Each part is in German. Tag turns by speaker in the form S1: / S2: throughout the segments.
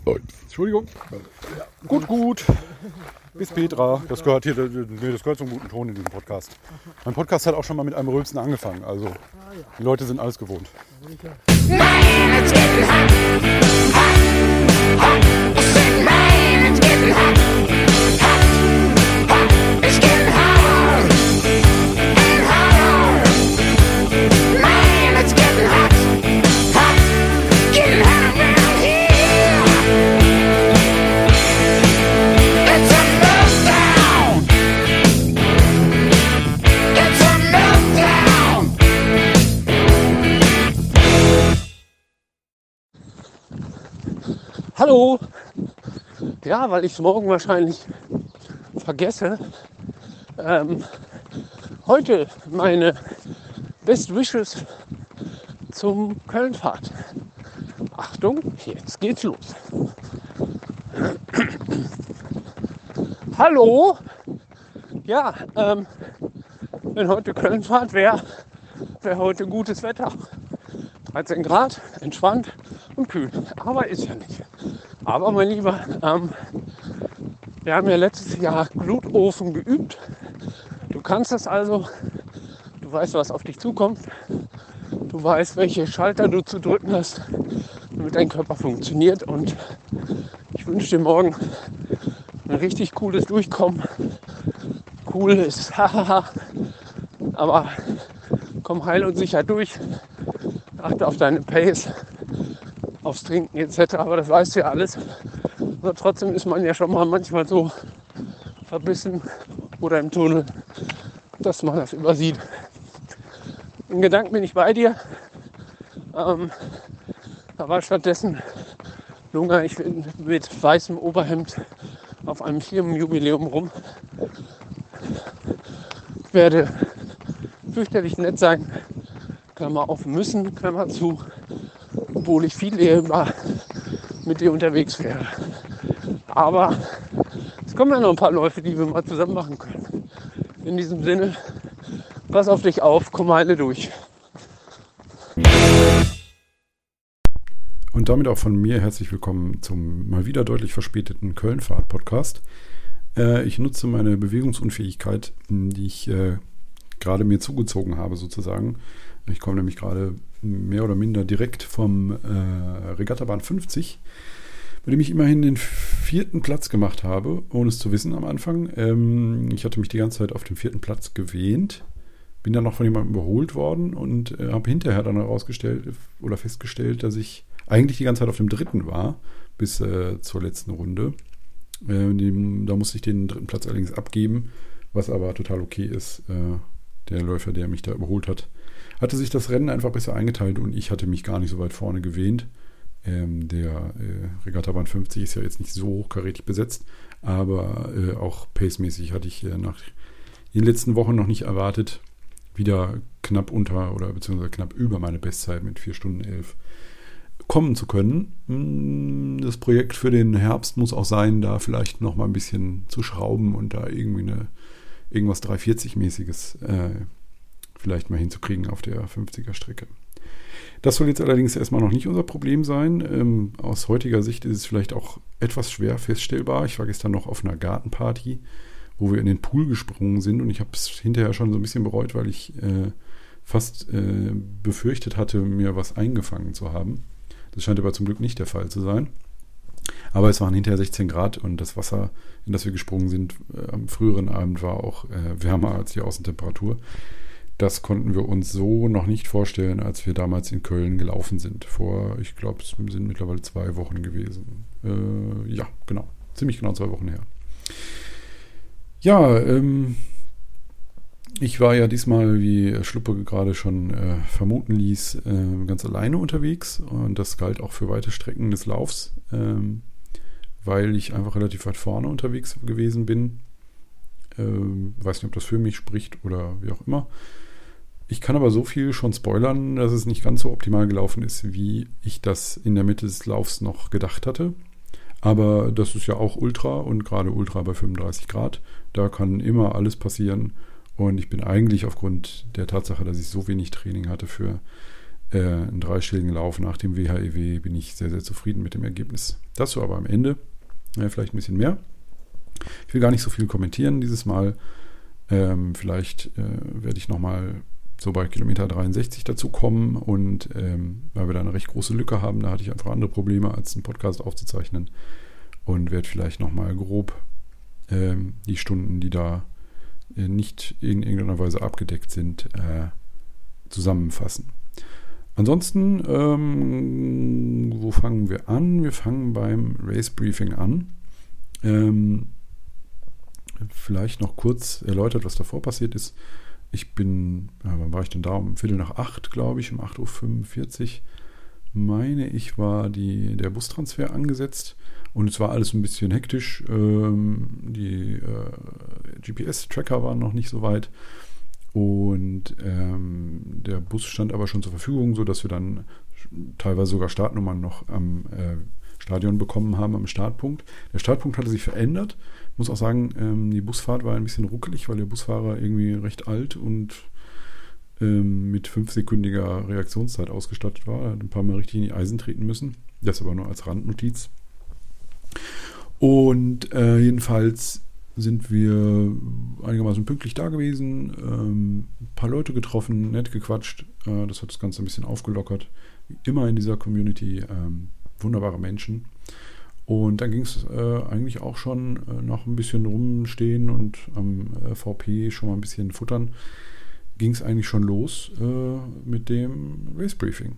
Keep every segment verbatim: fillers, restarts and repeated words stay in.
S1: Entschuldigung. Gut, gut. Bis Petra. Das gehört hier, nee, das gehört zum guten Ton in diesem Podcast. Mein Podcast hat auch schon mal mit einem Rülpsen angefangen. Also die Leute sind alles gewohnt.
S2: Hallo! Ja, weil ich es morgen wahrscheinlich vergesse, ähm, heute meine Best Wishes zum Köln-Fahrt. Achtung, jetzt geht's los. Hallo! Ja, ähm, wenn heute Köln-Fahrt wäre, wäre heute gutes Wetter. dreizehn Grad, entspannt und kühl. Aber ist ja nicht. Aber mein Lieber, ähm, wir haben ja letztes Jahr Glutofen geübt. Du kannst das also. Du weißt, was auf dich zukommt. Du weißt, welche Schalter du zu drücken hast, damit dein Körper funktioniert. Und ich wünsche dir morgen ein richtig cooles Durchkommen. Cool ist, hahaha. Aber komm heil und sicher durch. Achte auf deine Pace, aufs Trinken et cetera. Aber das weißt du ja alles. Aber trotzdem ist man ja schon mal manchmal so verbissen oder im Tunnel, dass man das übersieht. In Gedanken bin ich bei dir. Ähm, aber stattdessen lungere ich mit weißem Oberhemd auf einem Firmenjubiläum rum. Ich werde fürchterlich nett sein. Klammer auf müssen, Klammer zu, obwohl ich viel lieber mit dir unterwegs wäre. Aber es kommen ja noch ein paar Läufe, die wir mal zusammen machen können. In diesem Sinne, pass auf dich auf, komm heile durch.
S1: Und damit auch von mir herzlich willkommen zum mal wieder deutlich verspäteten Köln-Fahrt-Podcast. Äh, ich nutze meine Bewegungsunfähigkeit, die ich äh, gerade mir zugezogen habe sozusagen. Ich komme nämlich gerade mehr oder minder direkt vom äh, Regattabahn fünfzig, bei dem ich immerhin den vierten Platz gemacht habe, ohne es zu wissen am Anfang. Ähm, ich hatte mich die ganze Zeit auf den vierten Platz gewähnt, bin dann noch von jemandem überholt worden und äh, habe hinterher dann herausgestellt oder festgestellt, dass ich eigentlich die ganze Zeit auf dem dritten war, bis äh, zur letzten Runde. Äh, dem, da musste ich den dritten Platz allerdings abgeben, was aber total okay ist. Äh, der Läufer, der mich da überholt hat, hatte sich das Rennen einfach besser eingeteilt und ich hatte mich gar nicht so weit vorne gewähnt. Ähm, der äh, Regattabahn fünfzig ist ja jetzt nicht so hochkarätig besetzt, aber äh, auch pacemäßig hatte ich äh, nach den letzten Wochen noch nicht erwartet, wieder knapp unter oder beziehungsweise knapp über meine Bestzeit mit vier Stunden elf kommen zu können. Das Projekt für den Herbst muss auch sein, da vielleicht noch mal ein bisschen zu schrauben und da irgendwie eine irgendwas dreihundertvierzig-mäßiges äh, vielleicht mal hinzukriegen auf der fünfziger Strecke. Das soll jetzt allerdings erstmal noch nicht unser Problem sein. Ähm, aus heutiger Sicht ist es vielleicht auch etwas schwer feststellbar. Ich war gestern noch auf einer Gartenparty, wo wir in den Pool gesprungen sind und ich habe es hinterher schon so ein bisschen bereut, weil ich äh, fast äh, befürchtet hatte, mir was eingefangen zu haben. Das scheint aber zum Glück nicht der Fall zu sein. Aber es waren hinterher sechzehn Grad und das Wasser, in das wir gesprungen sind, äh, am früheren Abend war auch äh, wärmer als die Außentemperatur. Das konnten wir uns so noch nicht vorstellen, als wir damals in Köln gelaufen sind. Vor, ich glaube, es sind mittlerweile zwei Wochen gewesen. Äh, ja, genau. Ziemlich genau zwei Wochen her. Ja, ähm, ich war ja diesmal, wie Schluppe gerade schon äh, vermuten ließ, äh, ganz alleine unterwegs. Und das galt auch für weite Strecken des Laufs, ähm, weil ich einfach relativ weit vorne unterwegs gewesen bin. Ähm, weiß nicht, ob das für mich spricht oder wie auch immer. Ich kann aber so viel schon spoilern, dass es nicht ganz so optimal gelaufen ist, wie ich das in der Mitte des Laufs noch gedacht hatte. Aber das ist ja auch Ultra und gerade Ultra bei fünfunddreißig Grad. Da kann immer alles passieren. Und ich bin eigentlich aufgrund der Tatsache, dass ich so wenig Training hatte für äh, einen dreistelligen Lauf nach dem W H E W bin ich sehr, sehr zufrieden mit dem Ergebnis. Dazu aber am Ende äh, vielleicht ein bisschen mehr. Ich will gar nicht so viel kommentieren dieses Mal. Ähm, vielleicht äh, werde ich nochmal so bei Kilometer dreiundsechzig dazu kommen und ähm, weil wir da eine recht große Lücke haben, da hatte ich einfach andere Probleme, als einen Podcast aufzuzeichnen und werde vielleicht nochmal grob ähm, die Stunden, die da äh, nicht in irgendeiner Weise abgedeckt sind, äh, zusammenfassen. Ansonsten, ähm, wo fangen wir an? Wir fangen beim Race Briefing an. Ähm, Vielleicht noch kurz erläutert, was davor passiert ist. Ich bin, ja, wann war ich denn da? Um Viertel nach acht, glaube ich, um acht Uhr fünfundvierzig, meine ich, war die, der Bustransfer angesetzt. Und es war alles ein bisschen hektisch. Ähm, die äh, G P S-Tracker waren noch nicht so weit. Und ähm, der Bus stand aber schon zur Verfügung, sodass wir dann teilweise sogar Startnummern noch am äh, Stadion bekommen haben, am Startpunkt. Der Startpunkt hatte sich verändert. Ich muss auch sagen, ähm, die Busfahrt war ein bisschen ruckelig, weil der Busfahrer irgendwie recht alt und ähm, mit fünfsekündiger Reaktionszeit ausgestattet war. Er hat ein paar Mal richtig in die Eisen treten müssen. Das aber nur als Randnotiz. Und äh, jedenfalls sind wir einigermaßen pünktlich da gewesen, ähm, ein paar Leute getroffen, nett gequatscht. Äh, das hat das Ganze ein bisschen aufgelockert. Wie immer in dieser Community, ähm, wunderbare Menschen. Und dann ging es äh, eigentlich auch schon äh, noch ein bisschen rumstehen und am äh, V P schon mal ein bisschen futtern. Ging es eigentlich schon los äh, mit dem Race Briefing.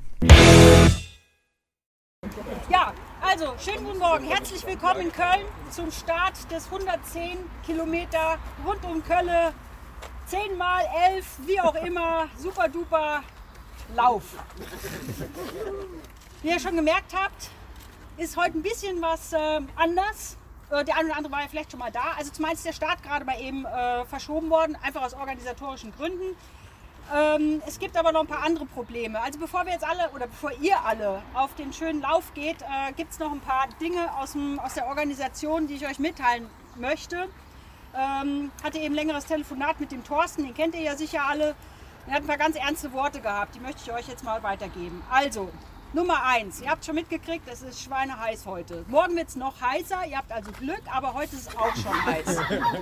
S3: Ja, also schönen guten Morgen. Herzlich willkommen in Köln zum Start des hundertzehn Kilometer rund um Köln. zehn mal elf, wie auch immer, super duper Lauf. Wie ihr schon gemerkt habt, ist heute ein bisschen was äh, anders. Äh, der eine oder andere war ja vielleicht schon mal da. Also zum einen ist der Start gerade mal eben äh, verschoben worden, einfach aus organisatorischen Gründen. Ähm, es gibt aber noch ein paar andere Probleme. Also bevor wir jetzt alle oder bevor ihr alle auf den schönen Lauf geht, äh, gibt es noch ein paar Dinge aus, dem, aus der Organisation, die ich euch mitteilen möchte. Ähm, hatte eben ein längeres Telefonat mit dem Thorsten, den kennt ihr ja sicher alle. Er hat ein paar ganz ernste Worte gehabt, die möchte ich euch jetzt mal weitergeben. Also, Nummer eins, ihr habt schon mitgekriegt, es ist schweineheiß heute. Morgen wird es noch heißer, ihr habt also Glück, aber heute ist es auch schon heiß.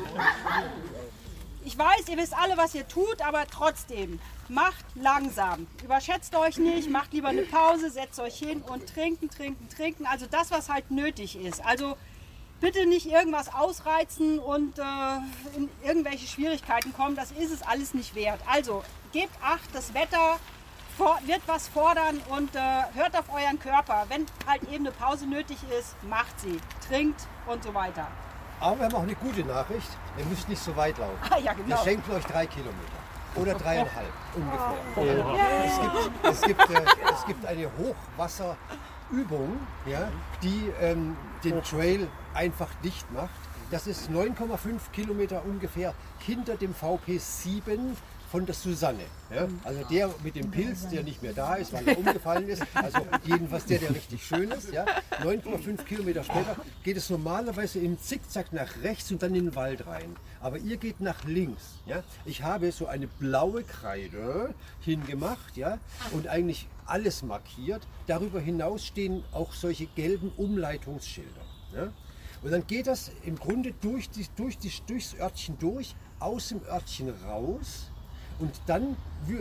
S3: Ich weiß, ihr wisst alle, was ihr tut, aber trotzdem, macht langsam. Überschätzt euch nicht, macht lieber eine Pause, setzt euch hin und trinken, trinken, trinken. Also das, was halt nötig ist. Also bitte nicht irgendwas ausreizen und äh, in irgendwelche Schwierigkeiten kommen, das ist es alles nicht wert. Also gebt Acht, das Wetter wird was fordern und äh, hört auf euren Körper. Wenn halt eben eine Pause nötig ist, macht sie, trinkt und so weiter.
S4: Aber wir haben auch eine gute Nachricht, ihr müsst nicht so weit laufen.
S3: Ah, ja, genau.
S4: Wir schenken euch drei Kilometer oder dreieinhalb ungefähr. Oh. Ja. Es, gibt, es, gibt, äh, es gibt eine Hochwasserübung, ja, die ähm, den Trail einfach dicht macht. Das ist neun Komma fünf Kilometer ungefähr hinter dem V P sieben von der Susanne. Ja? Also der mit dem Pilz, der nicht mehr da ist, weil er umgefallen ist. Also jedenfalls der, der richtig schön ist. Ja? neun Komma fünf Kilometer später geht es normalerweise im Zickzack nach rechts und dann in den Wald rein. Aber ihr geht nach links. Ja? Ich habe so eine blaue Kreide hingemacht, ja? Und eigentlich alles markiert. Darüber hinaus stehen auch solche gelben Umleitungsschilder. Ja? Und dann geht das im Grunde durch die, durch die, durchs Örtchen durch, aus dem Örtchen raus. Und dann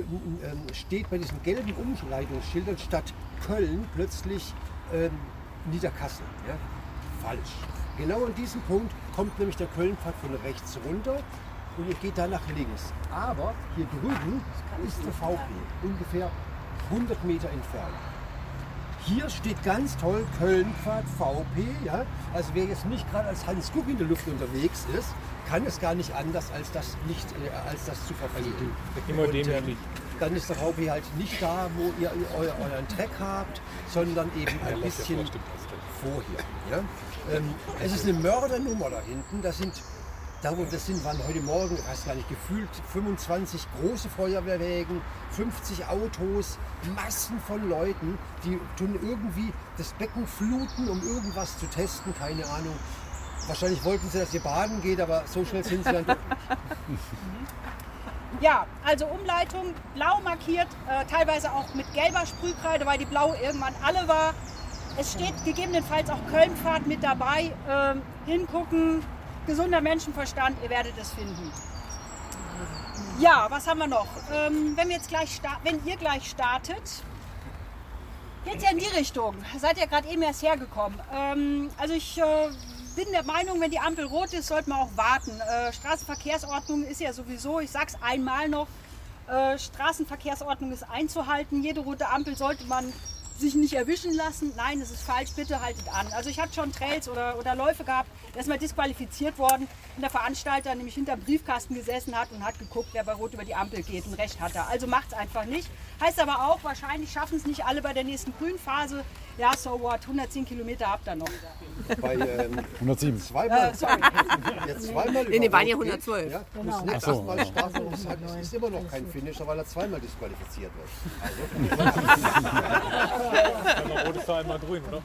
S4: steht bei diesen gelben Umleitungsschildern statt Köln plötzlich ähm, Niederkassel. Ja? Falsch. Genau an diesem Punkt kommt nämlich der Kölnpfad von rechts runter und ihr geht da nach links. Aber hier drüben ist der V P, ungefähr hundert Meter entfernt. Hier steht ganz toll Kölnpfad V P. Ja? Also wer jetzt nicht gerade als Hans Guck in der Luft unterwegs ist, kann es gar nicht anders, als das, nicht, äh, als das zu verfolgen.
S5: Immer dem ja nicht.
S4: Dann ist der V P halt nicht da, wo ihr euer, euren Track habt, sondern eben ein ja, bisschen vorher. Ja? Ähm, es ist eine Mördernummer da hinten. Das sind, da wo das sind, waren heute Morgen, ich weiß gar nicht, gefühlt fünfundzwanzig große Feuerwehrwägen, fünfzig Autos, Massen von Leuten, die tun irgendwie das Becken fluten, um irgendwas zu testen, keine Ahnung. Wahrscheinlich wollten sie, dass ihr baden geht, aber so schnell sind sie dann doch nicht.
S3: Ja, also Umleitung, blau markiert, äh, teilweise auch mit gelber Sprühkreide, weil die blau irgendwann alle war. Es steht gegebenenfalls auch Kölnfahrt mit dabei. Ähm, hingucken, gesunder Menschenverstand, ihr werdet es finden. Ja, was haben wir noch? Ähm, wenn, wir jetzt gleich sta- wenn ihr gleich startet, geht's ja in die Richtung. Seid ja gerade eben erst hergekommen. Ähm, also ich äh, bin der Meinung, wenn die Ampel rot ist, sollte man auch warten. Äh, Straßenverkehrsordnung ist ja sowieso, ich sag's einmal noch, äh, Straßenverkehrsordnung ist einzuhalten. Jede rote Ampel sollte man sich nicht erwischen lassen. Nein, das ist falsch, bitte haltet an. Also ich hatte schon Trails oder, oder Läufe gehabt, da ist mal disqualifiziert worden und der Veranstalter nämlich hinter dem Briefkasten gesessen hat und hat geguckt, wer bei Rot über die Ampel geht und Recht hat er. Also macht's einfach nicht. Heißt aber auch, wahrscheinlich schaffen es nicht alle bei der nächsten Grünphase. Ja, so what, hundertzehn Kilometer habt ihr noch.
S4: Bei ähm,
S1: hundertsieben.
S4: Zweimal,
S3: Äh, sorry.
S4: ja, zweimal
S5: Nee, nee, waren ja
S4: über Rot geht,
S5: hundertzwölf.
S4: Ja,
S3: Genau.
S4: muss nicht
S1: Ach so.
S4: erstmal Strafe und es ist immer noch kein Finisher, weil er zweimal disqualifiziert wird. Also,
S6: Rot ist da einmal grün, oder?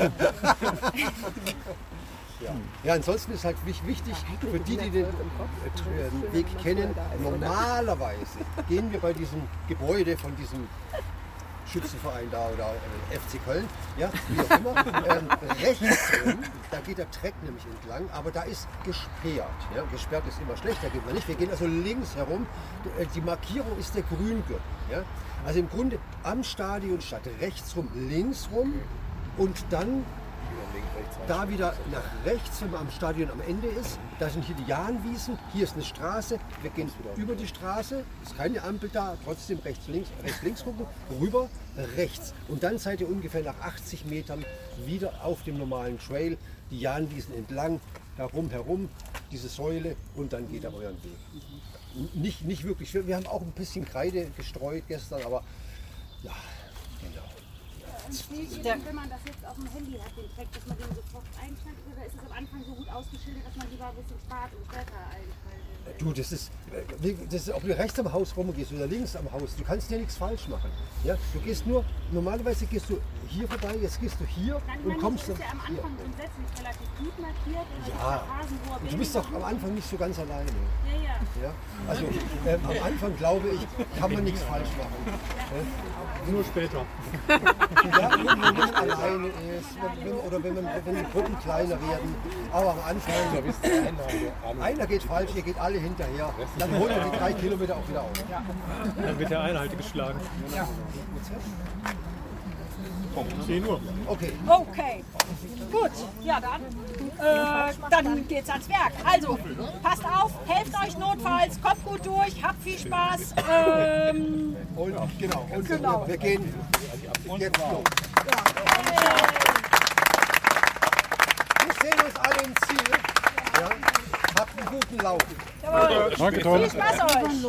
S4: ja. ja, ansonsten ist halt wich- wichtig für die, die den äh, Weg kennen, normalerweise gehen wir bei diesem Gebäude von diesem Schützenverein da oder äh, F C Köln, ja, wie auch immer, ähm, rechts rum, da geht der Treck nämlich entlang, aber da ist gesperrt. Ja, gesperrt ist immer schlecht, da geht man nicht. Wir gehen also links herum, die, die Markierung ist der Grüngürtel. Ja. Also im Grunde am Stadion statt rechts rum, links rum und dann da wieder nach rechts, wenn man am Stadion am Ende ist. Da sind hier die Jahnwiesen, hier ist eine Straße, wir gehen über die Straße, ist keine Ampel da, trotzdem rechts, links, rechts, links gucken, rüber, rechts. Und dann seid ihr ungefähr nach achtzig Metern wieder auf dem normalen Trail, die Jahnwiesen entlang, herum, herum, diese Säule und dann geht ihr euren Weg. Nicht, nicht wirklich schwer, wir haben auch ein bisschen Kreide gestreut gestern, aber ja, genau.
S7: Wenn man das jetzt auf dem Handy hat, den Track, dass man den sofort einschaltet, oder ist es am Anfang so gut ausgeschildert, dass man lieber ein bisschen spart und später einschaltet?
S4: Du, das ist, das ist, ob du rechts am Haus rumgehst oder links am Haus, du kannst ja nichts falsch machen. Ja? Du gehst nur, normalerweise gehst du hier vorbei, jetzt gehst du hier
S7: Dann
S4: und kommst
S7: ist
S4: dann.
S7: ja am Anfang grundsätzlich relativ gut markiert. Also
S4: Ja,
S7: Phasen, wo er
S4: und du bist doch am Anfang nicht so ganz alleine.
S7: Ja, ja.
S4: Ja? Also ähm, am Anfang, glaube ich, kann man nichts falsch machen. Ja?
S6: Nur später.
S4: Ja, wenn man nicht alleine ist, wenn, oder wenn, man, wenn die Gruppen kleiner werden. Aber am Anfang, einer geht falsch, ihr geht alle hinterher. Dann holt ihr die drei Kilometer auch wieder auf.
S6: Dann wird der Einheit geschlagen. zehn Uhr.
S4: Okay.
S3: Okay, gut, ja dann, äh, dann geht's ans Werk. Also, passt auf, helft euch notfalls, kommt gut durch, habt viel Spaß. Ähm,
S4: Und genau, und
S3: Genau.
S4: wir gehen jetzt los. Wir sehen uns alle im Ziel. Ja? Habt einen guten Lauf.
S1: Danke, Tom.
S3: viel Spaß euch.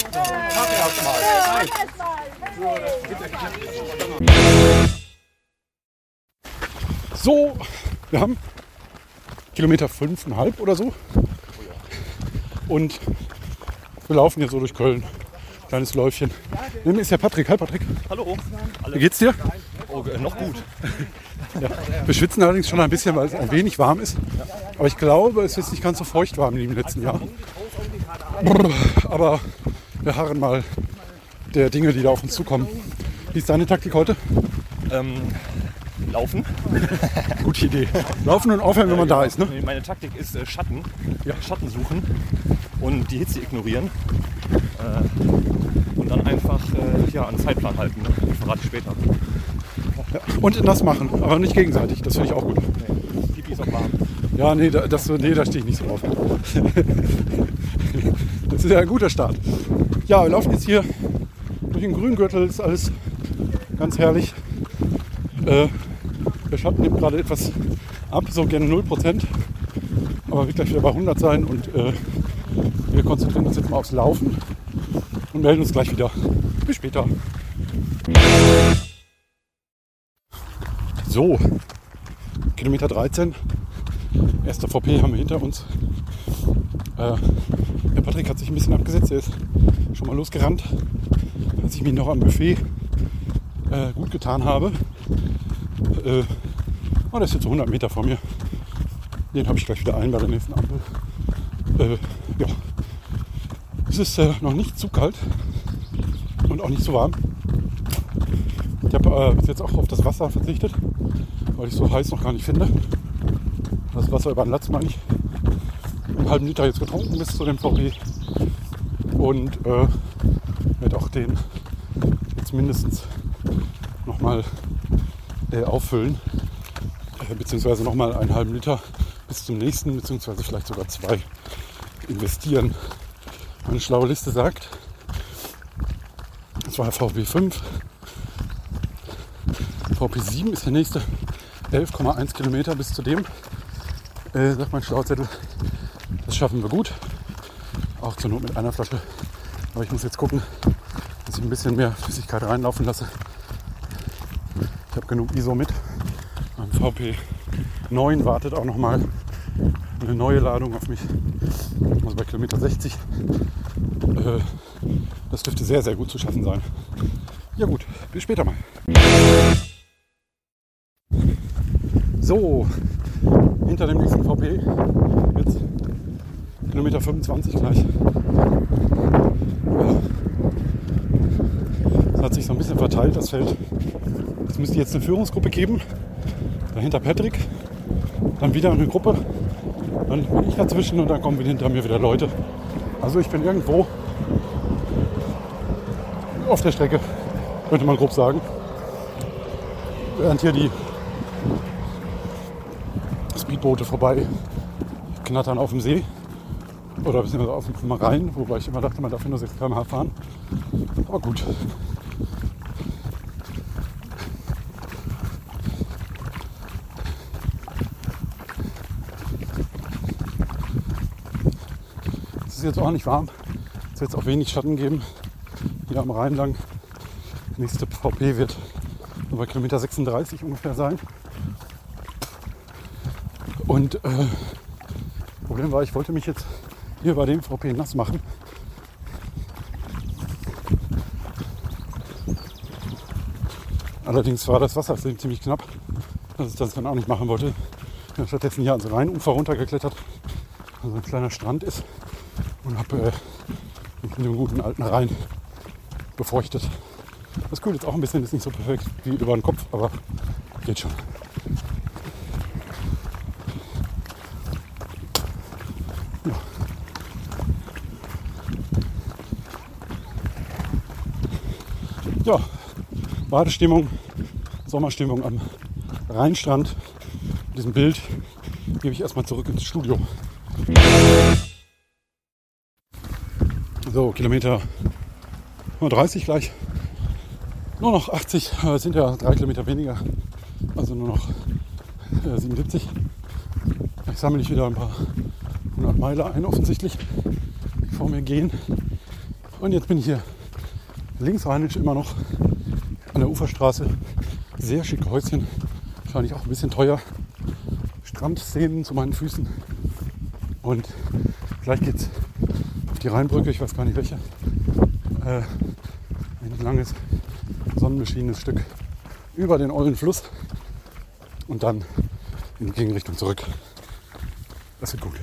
S1: So, wir haben Kilometer fünfeinhalb oder so. Und wir laufen hier so durch Köln. Kleines Läufchen. Neben mir ist der Patrick. Hi Patrick.
S8: Hallo.
S1: Wie geht's dir?
S8: Oh, äh, noch gut.
S1: Ja. Wir schwitzen allerdings schon ein bisschen, weil es ein wenig warm ist. Aber ich glaube, es ist nicht ganz so feucht warm wie im letzten Jahr. Aber wir harren mal der Dinge, die da auf uns zukommen. Wie ist deine Taktik heute?
S8: Ähm, laufen.
S1: Gute Idee. Laufen und aufhören, wenn man da ist, ne?
S8: Nee, meine Taktik ist äh, Schatten. Ja. Schatten suchen und die Hitze ignorieren. Äh, und dann einfach äh, ja, an den Zeitplan halten. Ne? Das verrate ich später.
S1: Ja. Und das machen, aber nicht gegenseitig. Das finde ich auch gut.
S8: Nee, Pipi ist auch warm.
S1: Ja, nee, da, das, nee, da stehe ich nicht so drauf. Das ist ja ein guter Start. Ja, wir laufen jetzt hier durch den Grüngürtel. Ist alles ganz herrlich. Äh, der Schatten nimmt gerade etwas ab, so gerne null Prozent. Aber wird gleich wieder bei hundert sein. Und äh, wir konzentrieren uns jetzt mal aufs Laufen und melden uns gleich wieder. Bis später. So, Kilometer dreizehn. Erster V P haben wir hinter uns. Äh, der Patrick hat sich ein bisschen abgesetzt. Er ist schon mal losgerannt, als ich mich noch am Buffet äh, gut getan habe. Äh, oh, der ist jetzt so hundert Meter vor mir. Den habe ich gleich wieder ein bei der nächsten Ampel. Äh, ja. Es ist äh, noch nicht zu kalt und auch nicht zu warm. Ich habe äh, bis jetzt auch auf das Wasser verzichtet, weil ich so heiß noch gar nicht finde. Das Wasser über den Latz meine ich. Einen halben Liter jetzt getrunken bis zu dem V P. Und äh, werde auch den jetzt mindestens nochmal äh, auffüllen. Äh, beziehungsweise nochmal einen halben Liter bis zum nächsten, beziehungsweise vielleicht sogar zwei investieren. Meine schlaue Liste sagt, das war V P fünf. V P sieben ist der nächste elf Komma eins Kilometer bis zu dem. Äh, sagt mein Schlauzettel, das schaffen wir gut. Auch zur Not mit einer Flasche. Aber ich muss jetzt gucken, dass ich ein bisschen mehr Flüssigkeit reinlaufen lasse. Ich habe genug I S O mit. Am V P neun wartet auch nochmal eine neue Ladung auf mich. Also bei Kilometer sechzig. Äh, das dürfte sehr, sehr gut zu schaffen sein. Ja gut, bis später mal. So, hinter dem nächsten V P, jetzt Kilometer fünfundzwanzig gleich. Das hat sich so ein bisschen verteilt, das Feld. Es müsste jetzt eine Führungsgruppe geben, dahinter Patrick, dann wieder eine Gruppe, dann bin ich dazwischen und dann kommen wieder hinter mir wieder Leute. Also ich bin irgendwo auf der Strecke, könnte man grob sagen. Während hier die Speedboote vorbei knattern auf dem See oder beziehungsweise auf dem Rhein, wobei ich immer dachte, man darf nur sechs Kilometer pro Stunde fahren. Aber gut. Es ist jetzt auch nicht warm. Es wird jetzt auch wenig Schatten geben. Hier am Rhein lang. Das nächste V P wird bei Kilometer sechsunddreißig ungefähr sein. Und äh, Problem war, ich wollte mich jetzt hier bei dem V P nass machen. Allerdings war das Wasser ziemlich knapp, dass ich das dann auch nicht machen wollte. Ich bin stattdessen hier ans Rheinufer runtergeklettert, also ein kleiner Strand ist, und habe äh, in dem guten alten Rhein befeuchtet. Das kühlt jetzt auch ein bisschen, ist nicht so perfekt wie über den Kopf, aber geht schon. Ja. Ja, Badestimmung, Sommerstimmung am Rheinstrand. Mit diesem Bild gebe ich erstmal zurück ins Studio. So, Kilometer dreißig gleich. Nur noch achtzig, aber es sind ja drei Kilometer weniger. Also nur noch äh, siebenundsiebzig. Vielleicht sammle ich wieder ein paar hundert Meiler ein, offensichtlich, die vor mir gehen. Und jetzt bin ich hier linksrheinisch immer noch an der Uferstraße. Sehr schicke Häuschen, wahrscheinlich auch ein bisschen teuer. Strandszenen zu meinen Füßen. Und gleich geht's auf die Rheinbrücke, ich weiß gar nicht welche. Äh, ein langes, sonnenbeschiedenes Stück über den ollen Fluss und dann in die Gegenrichtung zurück. Das wird gut.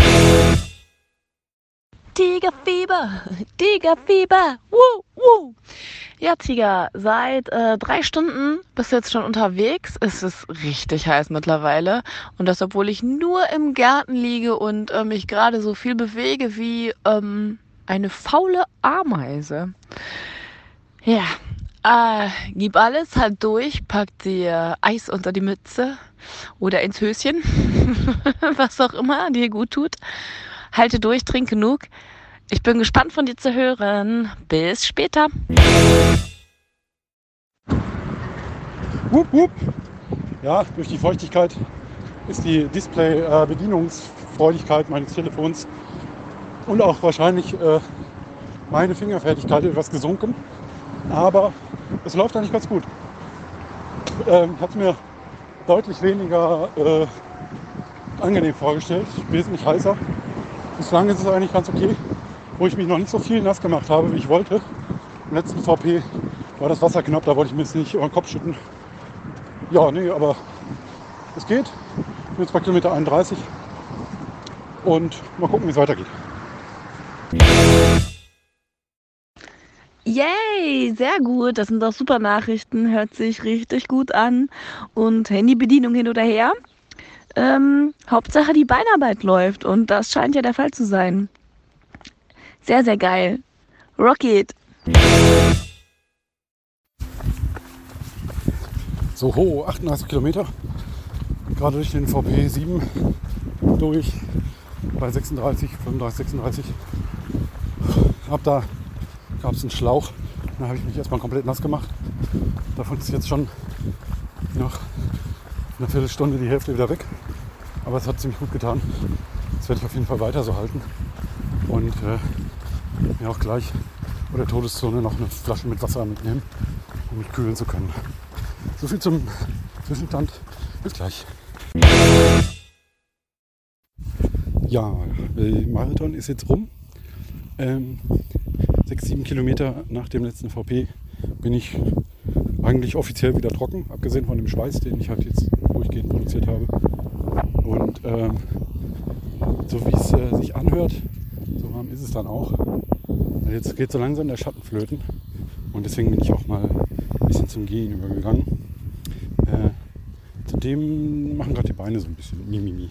S5: Tigerfieber, Tigerfieber, wuh, wuh. Ja, Tiger, seit äh, drei Stunden bist du jetzt schon unterwegs. Es ist richtig heiß mittlerweile. Und das, obwohl ich nur im Garten liege und äh, mich gerade so viel bewege wie ähm, eine faule Ameise. Ja, äh, gib alles, halt durch, pack dir Eis unter die Mütze oder ins Höschen, was auch immer dir gut tut. Halte durch, trink genug. Ich bin gespannt von dir zu hören. Bis später.
S1: Wupp, wupp. Ja, durch die Feuchtigkeit ist die Display-Bedienungsfreudigkeit meines Telefons und auch wahrscheinlich äh, meine Fingerfertigkeit etwas gesunken. Aber es läuft eigentlich ganz gut. Ähm, ich habe es mir deutlich weniger äh, angenehm vorgestellt, wesentlich heißer. Bislang ist es eigentlich ganz okay, wo ich mich noch nicht so viel nass gemacht habe, wie ich wollte. Im letzten V P war das Wasser knapp, da wollte ich mir jetzt nicht über den Kopf schütten. Ja, nee, aber es geht. Ich bin jetzt bei Kilometer einunddreißig und mal gucken, wie es weitergeht.
S5: Yay, sehr gut. Das sind doch super Nachrichten. Hört sich richtig gut an. Und Handybedienung hin oder her. Ähm, Hauptsache die Beinarbeit läuft. Und das scheint ja der Fall zu sein. Sehr, sehr geil. Rocket.
S1: So hoch, achtunddreißig Kilometer. Gerade durch den V P sieben durch. Bei sechsunddreißig, fünfunddreißig, sechsunddreißig. Ab da gab es einen Schlauch. Da habe ich mich erstmal komplett nass gemacht. Davon ist jetzt schon nach einer Viertelstunde die Hälfte wieder weg. Aber es hat ziemlich gut getan. Das werde ich auf jeden Fall weiter so halten. Und äh, mir auch gleich vor der Todeszone noch eine Flasche mit Wasser mitnehmen, um mich kühlen zu können. So viel zum Zwischenstand. Bis gleich. Ja, der Marathon ist jetzt rum. Ähm, sechs, sieben Kilometer nach dem letzten V P bin ich eigentlich offiziell wieder trocken, abgesehen von dem Schweiß, den ich halt jetzt durchgehend produziert habe. Und ähm, so wie es äh, sich anhört, so warm ist es dann auch. Jetzt geht so langsam der Schatten flöten und deswegen bin ich auch mal ein bisschen zum Gehen übergegangen. Äh, zudem machen gerade die Beine so ein bisschen Mimimi.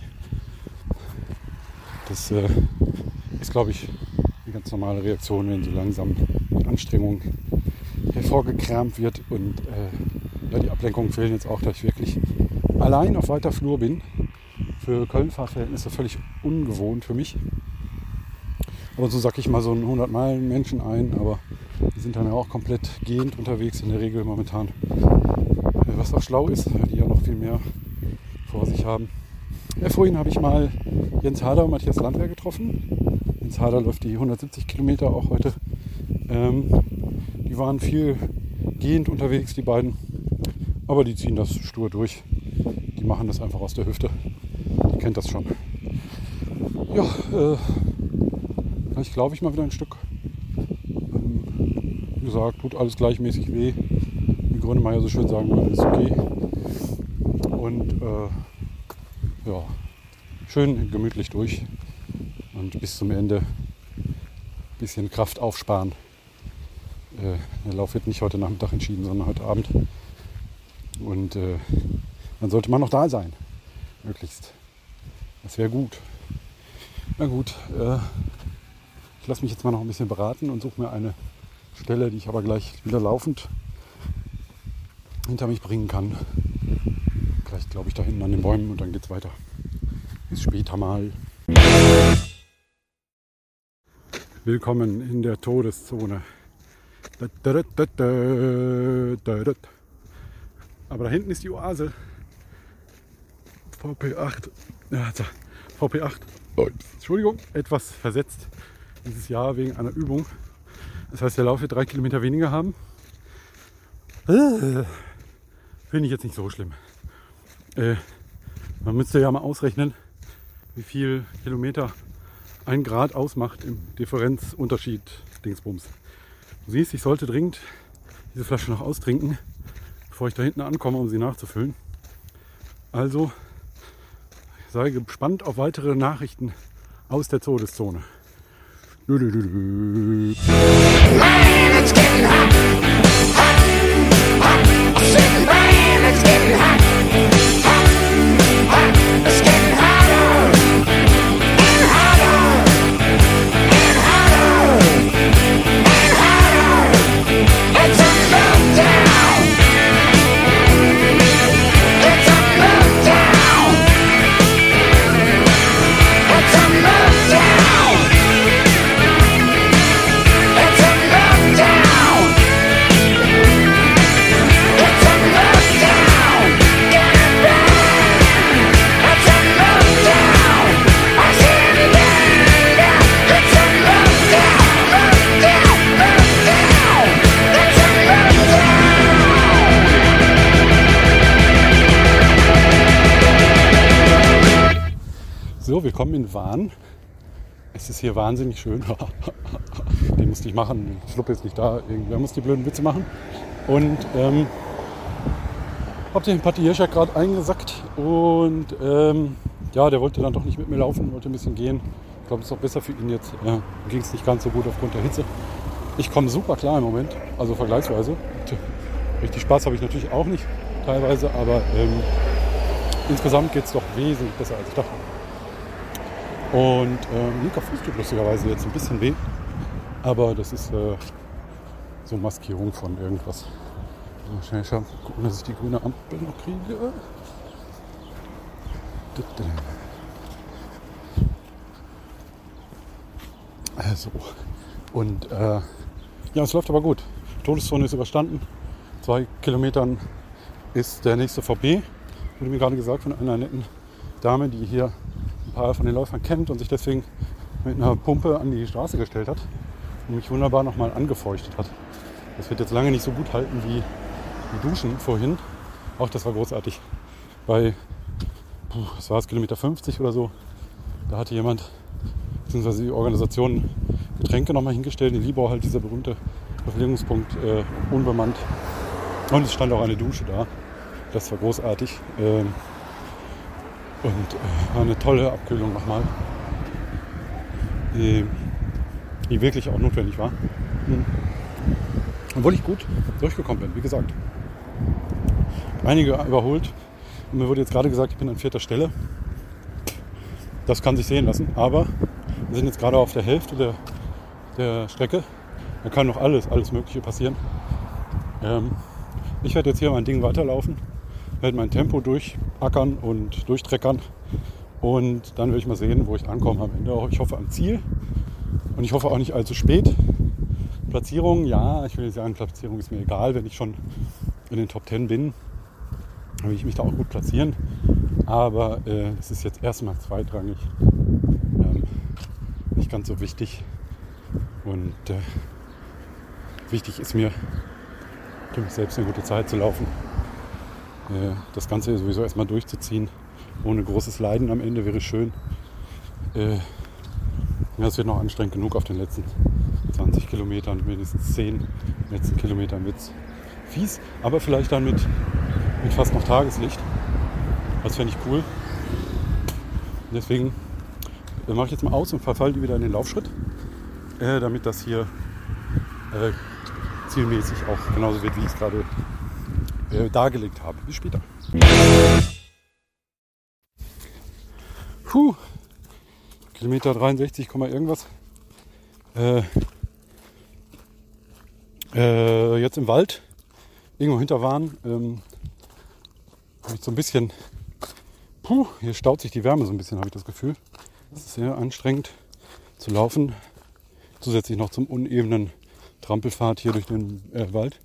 S1: Das äh, ist, glaube ich, eine ganz normale Reaktion, wenn so langsam die Anstrengung hervorgekramt wird. Und äh, ja, die Ablenkungen fehlen jetzt auch, dass ich wirklich allein auf weiter Flur bin. Für Köln-Fahrverhältnisse völlig ungewohnt für mich. Aber so sag ich mal so einen hundert Meilen Menschen ein, aber die sind dann ja auch komplett gehend unterwegs in der Regel momentan. Was auch schlau ist, weil die ja noch viel mehr vor sich haben. Ja, vorhin habe ich mal Jens Harder und Matthias Landwehr getroffen. Jens Harder läuft die hundertsiebzig Kilometer auch heute. Ähm, die waren viel gehend unterwegs, die beiden. Aber die ziehen das stur durch. Die machen das einfach aus der Hüfte. Die kennt das schon. Ja, äh, ich glaube ich mal wieder ein Stück. Ähm, wie gesagt, tut alles gleichmäßig weh. Wie Grönemeyer so schön sagen würde, ist okay. Und äh, ja, schön gemütlich durch und bis zum Ende ein bisschen Kraft aufsparen. Äh, der Lauf wird nicht heute Nachmittag entschieden, sondern heute Abend. Und äh, dann sollte man noch da sein, möglichst. Das wäre gut. Na gut, äh, ich lasse mich jetzt mal noch ein bisschen beraten und suche mir eine Stelle, die ich aber gleich wieder laufend hinter mich bringen kann. Gleich glaube ich da hinten an den Bäumen und dann geht's weiter. Bis später mal. Willkommen in der Todeszone. Aber da hinten ist die Oase. V P acht. V P acht. Entschuldigung, etwas versetzt dieses Jahr wegen einer Übung. Das heißt, der Lauf wird drei Kilometer weniger haben. Finde ich jetzt nicht so schlimm. Äh, man müsste ja mal ausrechnen, wie viel Kilometer ein Grad ausmacht im Differenzunterschied Dingsbums. Du siehst, ich sollte dringend diese Flasche noch austrinken, bevor ich da hinten ankomme, um sie nachzufüllen. Also sei gespannt auf weitere Nachrichten aus der Todeszone. Dü -dü -dü -dü. Man, it's getting hot. Hot, hot. I said, man, it's getting hot. Hot, hot. It's getting hotter and hotter and hotter and hotter. It's a meltdown. It's a meltdown. It's a meltdown. It's a meltdown. It's a meltdown. Get it back. It's a meltdown. I said it again. It's a meltdown. Meltdown. Meltdown. It's a meltdown. So, willkommen in Wahn. Es ist hier wahnsinnig schön. Den musste ich machen. Schlupp ist nicht da. Irgendwer muss die blöden Witze machen. Und ähm, hab den Patti Hirschak gerade eingesackt. Und ähm, ja, der wollte dann doch nicht mit mir laufen, wollte ein bisschen gehen. Ich glaube, es ist auch besser für ihn jetzt. Ja, ging es nicht ganz so gut aufgrund der Hitze. Ich komme super klar im Moment, also vergleichsweise. Richtig Spaß habe ich natürlich auch nicht teilweise, aber ähm, insgesamt geht es doch wesentlich besser als ich dachte. Und ähm, linker Fuß tut lustigerweise jetzt ein bisschen weh, aber das ist äh, so Maskierung von irgendwas. So, schnell schauen, gucken, dass ich die grüne Ampel noch kriege. Also, und äh, ja, es läuft aber gut. Todeszone ist überstanden. Zwei Kilometern ist der nächste vorbei. Wurde mir gerade gesagt von einer netten Dame, die hier ein paar von den Läufern kennt und sich deswegen mit einer Pumpe an die Straße gestellt hat und mich wunderbar nochmal angefeuchtet hat. Das wird jetzt lange nicht so gut halten wie die Duschen vorhin. Auch das war großartig. Bei, puh, was war es, Kilometer fünfzig oder so, da hatte jemand, beziehungsweise die Organisation, Getränke nochmal hingestellt. In Libau halt dieser berühmte Verpflegungspunkt, äh, unbemannt. Und es stand auch eine Dusche da. Das war großartig. Ähm, und äh, war eine tolle Abkühlung nochmal. Die, die wirklich auch notwendig war. Mhm. Obwohl ich gut durchgekommen bin, wie gesagt. Einige überholt. Und mir wurde jetzt gerade gesagt, ich bin an vierter Stelle. Das kann sich sehen lassen. Aber wir sind jetzt gerade auf der Hälfte der, der Strecke. Da kann noch alles, alles Mögliche passieren. Ähm, ich werde jetzt hier mein Ding weiterlaufen. Werde mein Tempo durchackern und durchtreckern. Und dann will ich mal sehen, wo ich ankomme am Ende. Ich hoffe am Ziel. Und ich hoffe auch nicht allzu spät. Platzierung, ja, ich will nicht sagen, Platzierung ist mir egal, wenn ich schon in den Top Ten bin. Dann will ich mich da auch gut platzieren. Aber äh, es ist jetzt erstmal zweitrangig. Ähm, nicht ganz so wichtig. Und äh, wichtig ist mir, für mich selbst eine gute Zeit zu laufen. Äh, das Ganze sowieso erstmal durchzuziehen. Ohne großes Leiden am Ende wäre schön. Äh, ja, es wird noch anstrengend genug auf den letzten zwanzig Kilometern, mindestens zehn letzten Kilometern wird es fies. Aber vielleicht dann mit, mit fast noch Tageslicht. Das fände ich cool. Deswegen äh, mache ich jetzt mal aus und verfalle die wieder in den Laufschritt. Äh, damit das hier äh, zielmäßig auch genauso wird, wie ich es gerade äh, dargelegt habe. Bis später. Puh. Kilometer dreiundsechzig, irgendwas. Äh, äh, jetzt im Wald, irgendwo hinter Wahn, ähm, habe ich so ein bisschen, puh, hier staut sich die Wärme so ein bisschen, habe ich das Gefühl. Es ist sehr anstrengend zu laufen. Zusätzlich noch zum unebenen Trampelpfad hier durch den äh, Wald.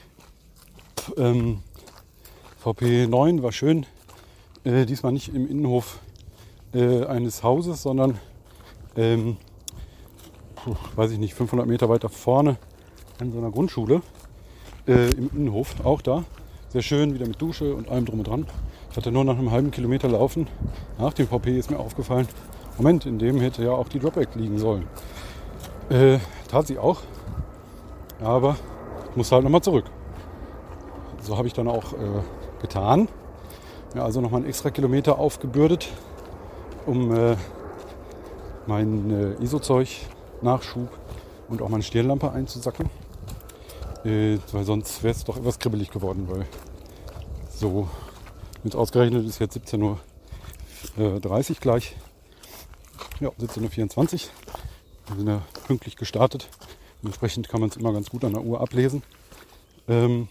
S1: Ähm, V P neun war schön. Äh, diesmal nicht im Innenhof äh, eines Hauses, sondern ähm, puh, weiß ich nicht, fünfhundert Meter weiter vorne an so einer Grundschule. Äh, Im Innenhof, auch da. Sehr schön, wieder mit Dusche und allem drum und dran. Ich hatte nur nach einem halben Kilometer laufen. Nach dem V P ist mir aufgefallen, Moment, in dem hätte ja auch die Dropback liegen sollen. Äh, tat sie auch, aber ich musste halt nochmal zurück. So habe ich dann auch äh, getan. Ja, also nochmal einen extra Kilometer aufgebürdet, um äh, mein äh, I S O-Zeug, Nachschub und auch meine Stirnlampe einzusacken. Äh, weil sonst wäre es doch etwas kribbelig geworden, weil so, jetzt ausgerechnet ist jetzt siebzehn Uhr dreißig gleich. Ja, siebzehn Uhr vierundzwanzig. Wir sind ja pünktlich gestartet. Entsprechend kann man es immer ganz gut an der Uhr ablesen. Ähm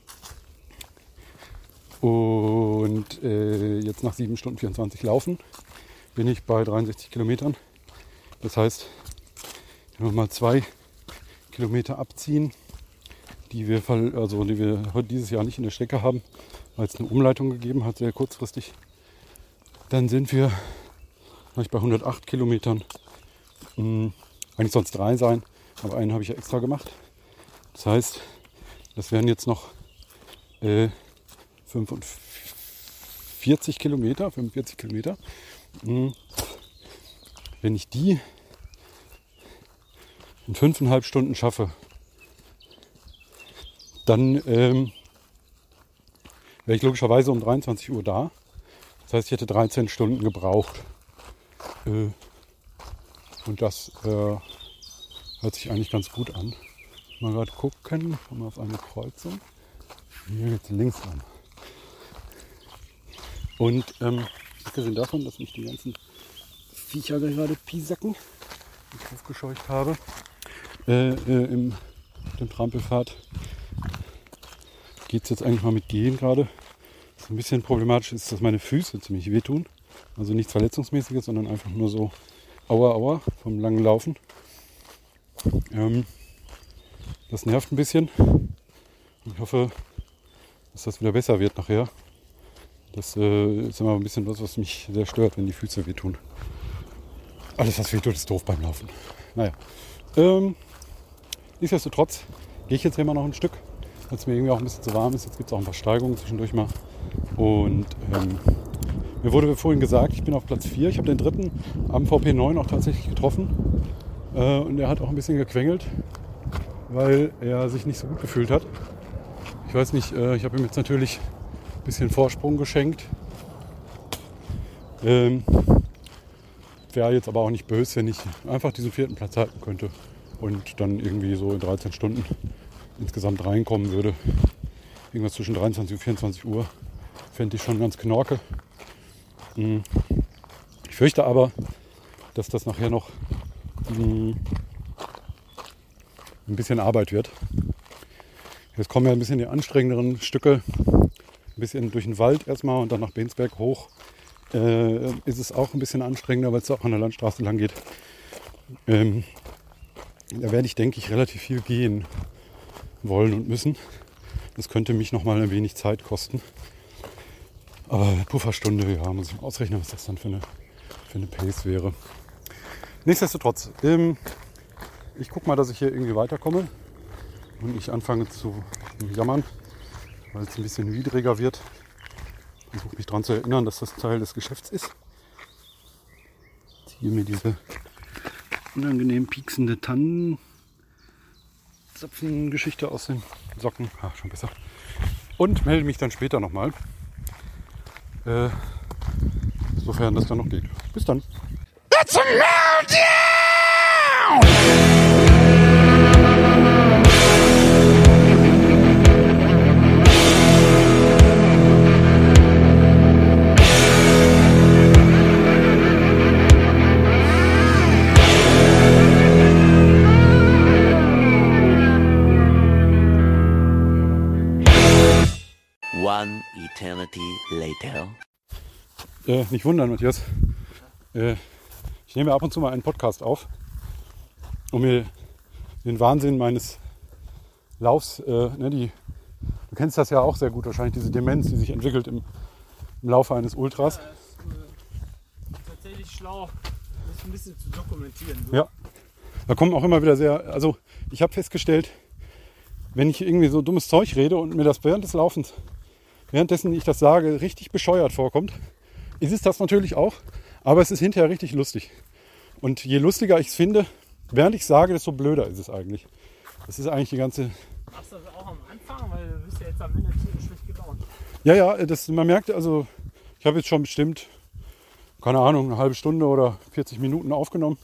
S1: und äh, jetzt nach sieben Stunden vierundzwanzig laufen bin ich bei dreiundsechzig Kilometern. Das heißt, wenn wir mal zwei Kilometer abziehen, die wir, also die wir heute dieses Jahr nicht in der Strecke haben, weil es eine Umleitung gegeben hat, sehr kurzfristig, dann sind wir vielleicht bei hundertacht Kilometern. Hm, eigentlich soll es drei sein, aber einen habe ich ja extra gemacht. Das heißt, das wären jetzt noch äh, fünfundvierzig Kilometer, fünfundvierzig Kilometer. Hm, wenn ich die in fünfeinhalb Stunden schaffe, dann ähm, wäre ich logischerweise um dreiundzwanzig Uhr da. Das heißt, ich hätte dreizehn Stunden gebraucht. Äh, und das äh, hört sich eigentlich ganz gut an. Mal gerade gucken, kommen wir auf eine Kreuzung. Hier geht es links ran. Und ähm, abgesehen davon, dass mich die ganzen Viecher gerade piesacken, die ich aufgescheucht habe, äh, äh, im dem Trampelpfad geht es jetzt eigentlich mal mit Gehen gerade. Was ein bisschen problematisch ist, dass meine Füße ziemlich wehtun. Also nichts Verletzungsmäßiges, sondern einfach nur so Aua, Aua vom langen Laufen. Ähm, das nervt ein bisschen. Ich hoffe, dass das wieder besser wird nachher. Das äh, ist immer ein bisschen was, was mich sehr stört, wenn die Füße wehtun. Alles, was wehtut, ist doof beim Laufen. Naja. Ähm, nichtsdestotrotz gehe ich jetzt immer noch ein Stück, weil es mir irgendwie auch ein bisschen zu warm ist. Jetzt gibt es auch ein paar Steigungen zwischendurch mal. Und ähm, mir wurde vorhin gesagt, ich bin auf Platz vier. Ich habe den dritten am V P neun auch tatsächlich getroffen. Äh, und er hat auch ein bisschen gequengelt, weil er sich nicht so gut gefühlt hat. Ich weiß nicht, äh, ich habe ihm jetzt natürlich ein bisschen Vorsprung geschenkt. Ähm, Wäre jetzt aber auch nicht böse, wenn ich einfach diesen vierten Platz halten könnte und dann irgendwie so in dreizehn Stunden insgesamt reinkommen würde. Irgendwas zwischen dreiundzwanzig und vierundzwanzig Uhr fände ich schon ganz knorke. Ich fürchte aber, dass das nachher noch ein bisschen Arbeit wird. Jetzt kommen ja ein bisschen die anstrengenderen Stücke, ein bisschen durch den Wald erstmal und dann nach Bensberg hoch. Äh, ist es auch ein bisschen anstrengender, weil es auch an der Landstraße lang geht. Ähm, da werde ich, denke ich, relativ viel gehen wollen und müssen. Das könnte mich noch mal ein wenig Zeit kosten. Aber Pufferstunde, ja, muss ich mal ausrechnen, was das dann für eine, für eine Pace wäre. Nichtsdestotrotz, ähm, ich gucke mal, dass ich hier irgendwie weiterkomme und nicht anfange zu jammern, weil es ein bisschen widriger wird. Ich versuche mich daran zu erinnern, dass das Teil des Geschäfts ist. Ich ziehe mir diese unangenehm pieksende Tannenzapfen-Geschichte aus den Socken. Ah, schon besser. Und melde mich dann später nochmal. Äh, sofern das dann noch geht. Bis dann. It's a meltdown!
S9: One eternity later.
S1: Äh, nicht wundern, Matthias. Äh, ich nehme ab und zu mal einen Podcast auf, um mir den Wahnsinn meines Laufs, äh, ne, die, du kennst das ja auch sehr gut wahrscheinlich, diese Demenz, die sich entwickelt im, im Laufe eines Ultras.
S6: Ja, das ist äh, tatsächlich schlau, das ein bisschen zu dokumentieren. So.
S1: Ja, da kommen auch immer wieder sehr, also ich habe festgestellt, wenn ich irgendwie so dummes Zeug rede und mir das während des Laufens, währenddessen ich das sage, richtig bescheuert vorkommt, ist es das natürlich auch, aber es ist hinterher richtig lustig. Und je lustiger ich es finde, während ich sage, desto blöder ist es eigentlich. Das ist eigentlich die ganze...
S6: Machst du das auch am Anfang? Weil du bist ja jetzt am Ende ziemlich schlecht gelaunt.
S1: Ja, ja, das, man merkt, also ich habe jetzt schon bestimmt, keine Ahnung, eine halbe Stunde oder vierzig Minuten aufgenommen.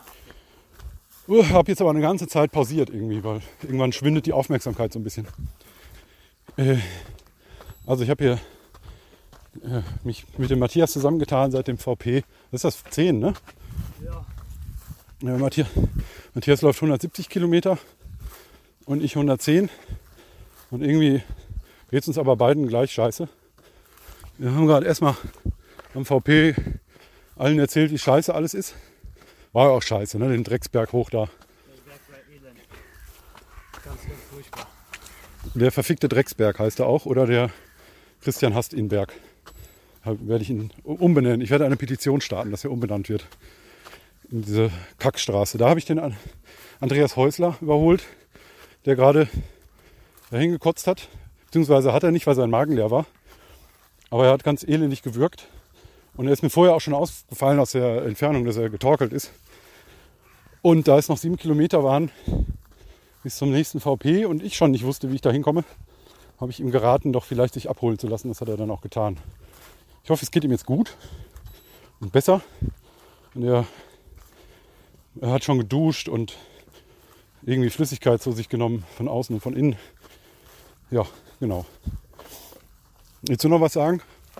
S1: Uh, habe jetzt aber eine ganze Zeit pausiert irgendwie, weil irgendwann schwindet die Aufmerksamkeit so ein bisschen. Äh, also ich habe hier äh, mich mit dem Matthias zusammengetan seit dem V P. Das ist das zehn, ne?
S6: Ja.
S1: Ja, Matthias, Matthias läuft hundertsiebzig Kilometer und ich hundertzehn. Und irgendwie geht es uns aber beiden gleich scheiße. Wir haben gerade erstmal am V P allen erzählt, wie scheiße alles ist. War ja auch scheiße, ne? Den Drecksberg hoch da.
S6: Der Berg war elend. Ganz, ganz furchtbar.
S1: Der verfickte Drecksberg heißt er auch. Oder der Christian hasst ihn Berg. Da werde ich ihn umbenennen. Ich werde eine Petition starten, dass er umbenannt wird. In diese Kackstraße. Da habe ich den Andreas Häusler überholt, der gerade dahin gekotzt hat. Beziehungsweise hat er nicht, weil sein Magen leer war. Aber er hat ganz elendig gewürgt. Und er ist mir vorher auch schon aufgefallen aus der Entfernung, dass er getorkelt ist. Und da es noch sieben Kilometer waren bis zum nächsten V P und ich schon nicht wusste, wie ich da hinkomme, habe ich ihm geraten, doch vielleicht sich abholen zu lassen. Das hat er dann auch getan. Ich hoffe, es geht ihm jetzt gut und besser. Und er, er hat schon geduscht und irgendwie Flüssigkeit zu sich genommen, von außen und von innen. Ja, genau. Willst du noch was sagen?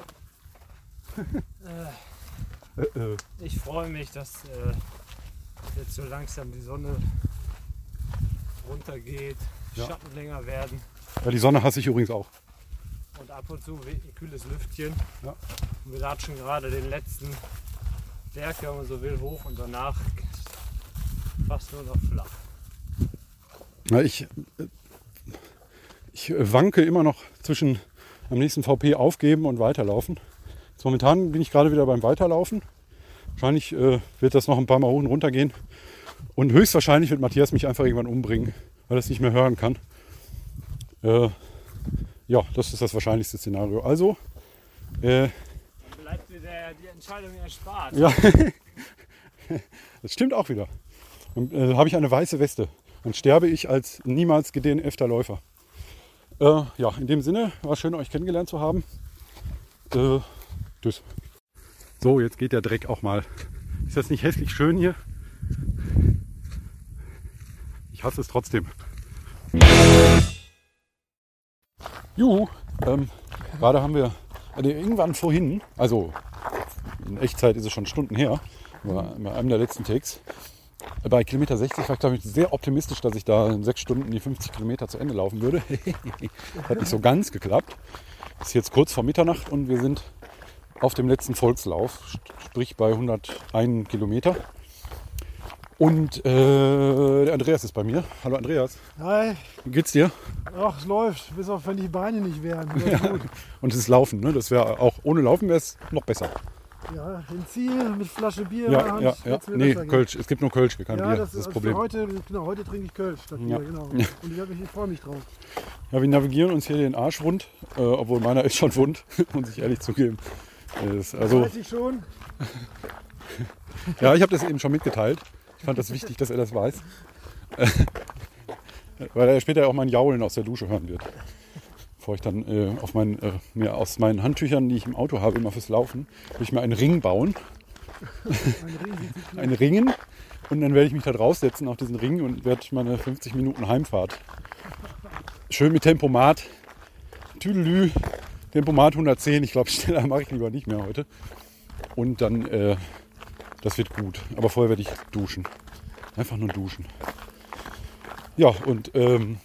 S6: Äh, äh. Ich freue mich, dass äh, jetzt so langsam die Sonne runtergeht, die
S1: ja.
S6: Schatten länger werden.
S1: Ja, die Sonne hasse ich übrigens auch.
S6: Und ab und zu weht ein kühles Lüftchen.
S1: Ja.
S6: Und wir latschen gerade den letzten Berg, wenn man so will, hoch und danach fast nur noch flach.
S1: Ja, ich, ich wanke immer noch zwischen am nächsten V P aufgeben und weiterlaufen. Jetzt momentan bin ich gerade wieder beim Weiterlaufen. Wahrscheinlich äh, wird das noch ein paar Mal hoch und runter gehen. Und höchstwahrscheinlich wird Matthias mich einfach irgendwann umbringen, weil er es nicht mehr hören kann. Äh, ja, das ist das wahrscheinlichste Szenario. Also, äh,
S6: dann bleibt dir der, die Entscheidung erspart.
S1: Ja, das stimmt auch wieder. Dann äh, habe ich eine weiße Weste. Dann sterbe ich als niemals D N F-ter Läufer. Äh, ja, in dem Sinne, war schön, euch kennengelernt zu haben. Äh, tschüss. So, jetzt geht der Dreck auch mal. Ist das nicht hässlich schön hier? Ich hasse es trotzdem. Juhu, ähm, gerade haben wir also irgendwann vorhin, also in Echtzeit ist es schon Stunden her, war bei einem der letzten Takes, bei Kilometer sechzig war ich, glaube ich, sehr optimistisch, dass ich da in sechs Stunden die fünfzig Kilometer zu Ende laufen würde. Hat nicht so ganz geklappt. Ist jetzt kurz vor Mitternacht und wir sind auf dem letzten Volkslauf, sprich bei hunderteins Kilometer. Und äh, der Andreas ist bei mir. Hallo Andreas.
S10: Hi.
S1: Wie geht's dir?
S10: Ach, es läuft, bis auf wenn die Beine nicht wären.
S1: Ja.
S10: Gut.
S1: Und es ist Laufen, ne? Das wäre auch ohne Laufen wäre es noch besser.
S10: Ja, im Ziel mit Flasche Bier
S1: ja,
S10: in der Hand.
S1: Ja, ja. Nee, Kölsch. Es gibt nur Kölsch, kein
S10: ja,
S1: Bier.
S10: Das,
S1: das ist das
S10: also
S1: Problem.
S10: Heute, genau, heute trinke ich Kölsch statt Bier,
S1: ja.
S10: genau.
S1: Ja.
S10: Und ich, ich, ich freue mich drauf.
S1: Ja, wir navigieren uns hier den Arsch wund, äh, obwohl meiner ist schon wund, muss ich ehrlich zugeben. Das, also,
S10: das weiß ich schon.
S1: Ja, ich habe das eben schon mitgeteilt. Ich fand das wichtig, dass er das weiß. Weil er später auch mein Jaulen aus der Dusche hören wird. Bevor ich dann äh, auf mein, äh, mir aus meinen Handtüchern, die ich im Auto habe, immer fürs Laufen, will ich mir einen Ring bauen. Einen Ringen. Und dann werde ich mich da draufsetzen auf diesen Ring und werde meine fünfzig Minuten Heimfahrt. Schön mit Tempomat. Tüdelü. Tempomat hundertzehn. Ich glaube, schneller mache ich lieber nicht mehr heute. Und dann, äh, das wird gut. Aber vorher werde ich duschen. Einfach nur duschen. Ja, und ähm,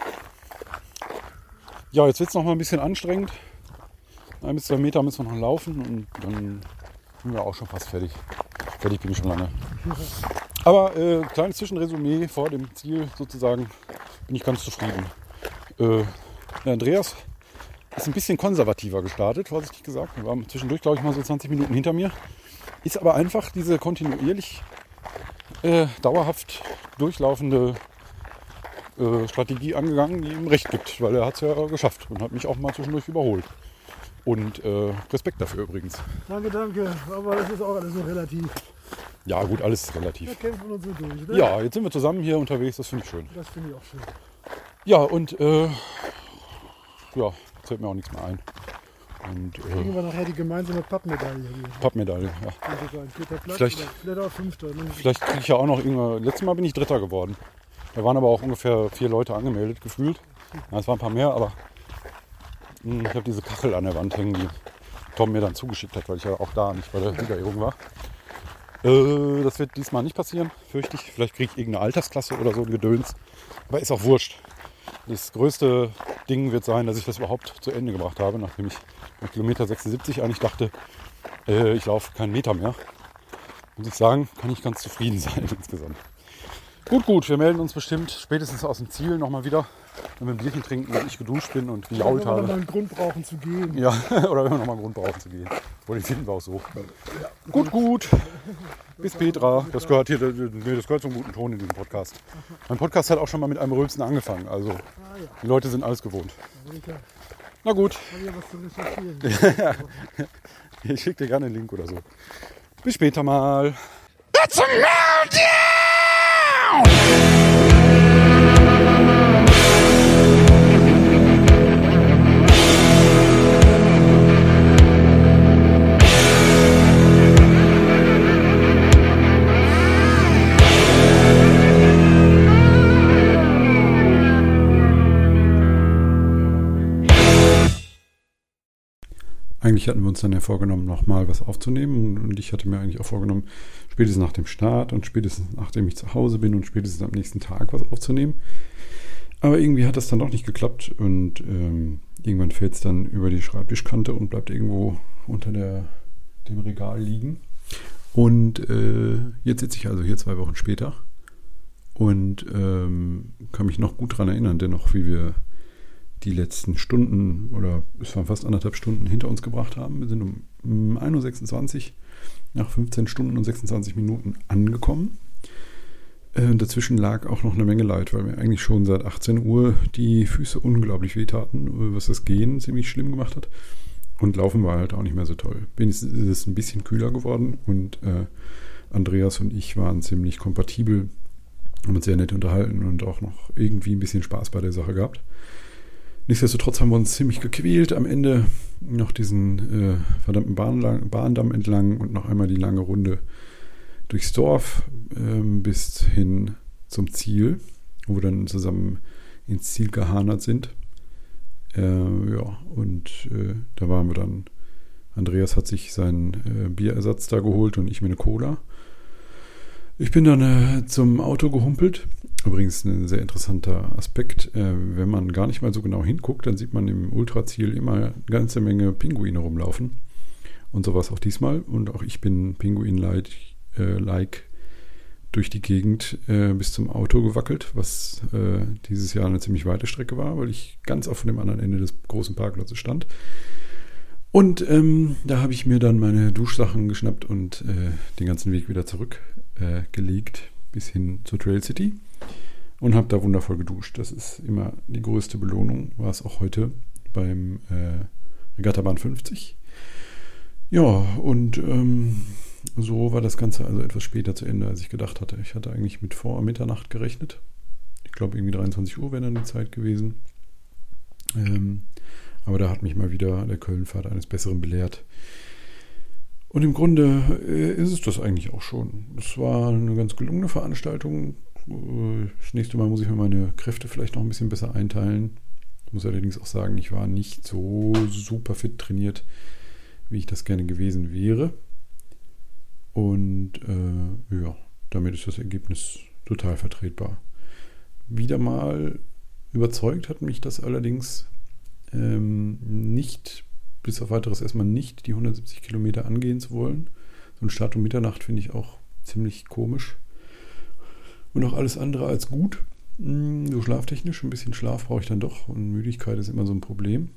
S1: ja, jetzt wird es noch mal ein bisschen anstrengend. Ein bis zwei Meter müssen wir noch laufen und dann sind wir auch schon fast fertig. Fertig bin ich schon lange. Aber äh, kleines Zwischenresümee vor dem Ziel sozusagen, bin ich ganz zufrieden. Äh, der Andreas ist ein bisschen konservativer gestartet, vorsichtig gesagt. Wir waren zwischendurch, glaube ich, mal so zwanzig Minuten hinter mir. Ist aber einfach diese kontinuierlich äh, dauerhaft durchlaufende äh, Strategie angegangen, die ihm recht gibt, weil er hat es ja geschafft und hat mich auch mal zwischendurch überholt. Und äh, Respekt dafür übrigens.
S10: Danke, danke. Aber das ist auch alles so relativ.
S1: Ja gut, alles ist relativ.
S10: Wir kämpfen uns so durch, ne?
S1: Ja, jetzt sind wir zusammen hier unterwegs, das finde ich schön.
S10: Das finde ich auch schön.
S1: Ja, und äh, ja, jetzt fällt mir auch nichts mehr ein. Und, äh,
S10: Kriegen wir nachher die gemeinsame Pappmedaille hier.
S1: Pappmedaille, ja.
S10: Vierter Platz
S1: Vielleicht,
S10: oder vielleicht auch Fünfter. Ne?
S1: Vielleicht kriege ich ja auch noch irgendwann. Letztes Mal bin ich Dritter geworden. Da waren aber auch ungefähr vier Leute angemeldet, gefühlt. Ja, es waren ein paar mehr, aber mh, ich habe diese Kachel an der Wand hängen, die Tom mir dann zugeschickt hat, weil ich ja auch da nicht bei der Siegerehrung war. Äh, das wird diesmal nicht passieren, fürchte ich. Vielleicht kriege ich irgendeine Altersklasse oder so ein Gedöns. Aber ist auch wurscht. Das größte Ding wird sein, dass ich das überhaupt zu Ende gebracht habe, nachdem ich nach Kilometer sechsundsiebzig eigentlich dachte, äh, ich laufe keinen Meter mehr. Muss ich sagen, kann ich ganz zufrieden sein insgesamt. Gut, gut, wir melden uns bestimmt spätestens aus dem Ziel nochmal wieder, wenn wir ein Bierchen trinken und ich geduscht bin und gejault habe.
S10: Wenn wir nochmal einen Grund brauchen zu gehen.
S1: Ja, oder wenn wir nochmal einen Grund brauchen zu gehen. Oder den finden wir auch so. Ja. Gut, gut. Bis Petra. Das gehört hier, nee, das gehört zum guten Ton in diesem Podcast. Mein Podcast hat auch schon mal mit einem Rülpsen angefangen. Also die Leute sind alles gewohnt. Na gut. Ich schicke dir gerne einen Link oder so. Bis später mal. That's a meltdown! eigentlich hatten wir uns dann ja vorgenommen, nochmal was aufzunehmen. Und ich hatte mir eigentlich auch vorgenommen, spätestens nach dem Start und spätestens nachdem ich zu Hause bin und spätestens am nächsten Tag was aufzunehmen. Aber irgendwie hat das dann doch nicht geklappt. Und ähm, irgendwann fällt es dann über die Schreibtischkante und bleibt irgendwo unter der, dem Regal liegen. Und äh, jetzt sitze ich also hier zwei Wochen später und ähm, kann mich noch gut daran erinnern, dennoch, wie wir die letzten Stunden, oder es waren fast anderthalb Stunden, hinter uns gebracht haben. Wir sind um, um ein Uhr sechsundzwanzig nach fünfzehn Stunden und sechsundzwanzig Minuten angekommen. Äh, dazwischen lag auch noch eine Menge Leid, weil mir eigentlich schon seit achtzehn Uhr die Füße unglaublich wehtaten, was das Gehen ziemlich schlimm gemacht hat. Und Laufen war halt auch nicht mehr so toll. Wenigstens ist es ein bisschen kühler geworden und äh, Andreas und ich waren ziemlich kompatibel, haben uns sehr nett unterhalten und auch noch irgendwie ein bisschen Spaß bei der Sache gehabt. Nichtsdestotrotz haben wir uns ziemlich gequält. Am Ende noch diesen äh, verdammten Bahnlang, Bahndamm entlang und noch einmal die lange Runde durchs Dorf äh, bis hin zum Ziel, wo wir dann zusammen ins Ziel gehanert sind. Äh, ja, und äh, da waren wir dann. Andreas hat sich seinen äh, Bierersatz da geholt und ich mir eine Cola. Ich bin dann äh, zum Auto gehumpelt. Übrigens ein sehr interessanter Aspekt. Äh, wenn man gar nicht mal so genau hinguckt, dann sieht man im Ultraziel immer eine ganze Menge Pinguine rumlaufen. Und so war es auch diesmal. Und auch ich bin Pinguin-like äh, like durch die Gegend äh, bis zum Auto gewackelt, was äh, dieses Jahr eine ziemlich weite Strecke war, weil ich ganz auf dem anderen Ende des großen Parkplatzes stand. Und ähm, da habe ich mir dann meine Duschsachen geschnappt und äh, den ganzen Weg wieder zurückgelegt äh, bis hin zur Trail City und habe da wundervoll geduscht. Das ist immer die größte Belohnung, war es auch heute beim äh, Regattabahn fünfzig. Ja, und ähm, so war das Ganze also etwas später zu Ende, als ich gedacht hatte. Ich hatte eigentlich mit vor Mitternacht gerechnet. Ich glaube, irgendwie dreiundzwanzig Uhr wäre dann die Zeit gewesen. Ähm, aber da hat mich mal wieder der Köln-Fahrt eines Besseren belehrt. Und im Grunde äh, ist es das eigentlich auch schon. Es war eine ganz gelungene Veranstaltung. Das nächste Mal muss ich mir meine Kräfte vielleicht noch ein bisschen besser einteilen. Ich muss allerdings auch sagen, ich war nicht so super fit trainiert, wie ich das gerne gewesen wäre. Und äh, ja, damit ist das Ergebnis total vertretbar. Wieder mal überzeugt hat mich das allerdings ähm, nicht, bis auf weiteres erstmal nicht, die hundertsiebzig Kilometer angehen zu wollen. So ein Start um Mitternacht finde ich auch ziemlich komisch. Und auch alles andere als gut. So schlaftechnisch, ein bisschen Schlaf brauche ich dann doch. Und Müdigkeit ist immer so ein Problem.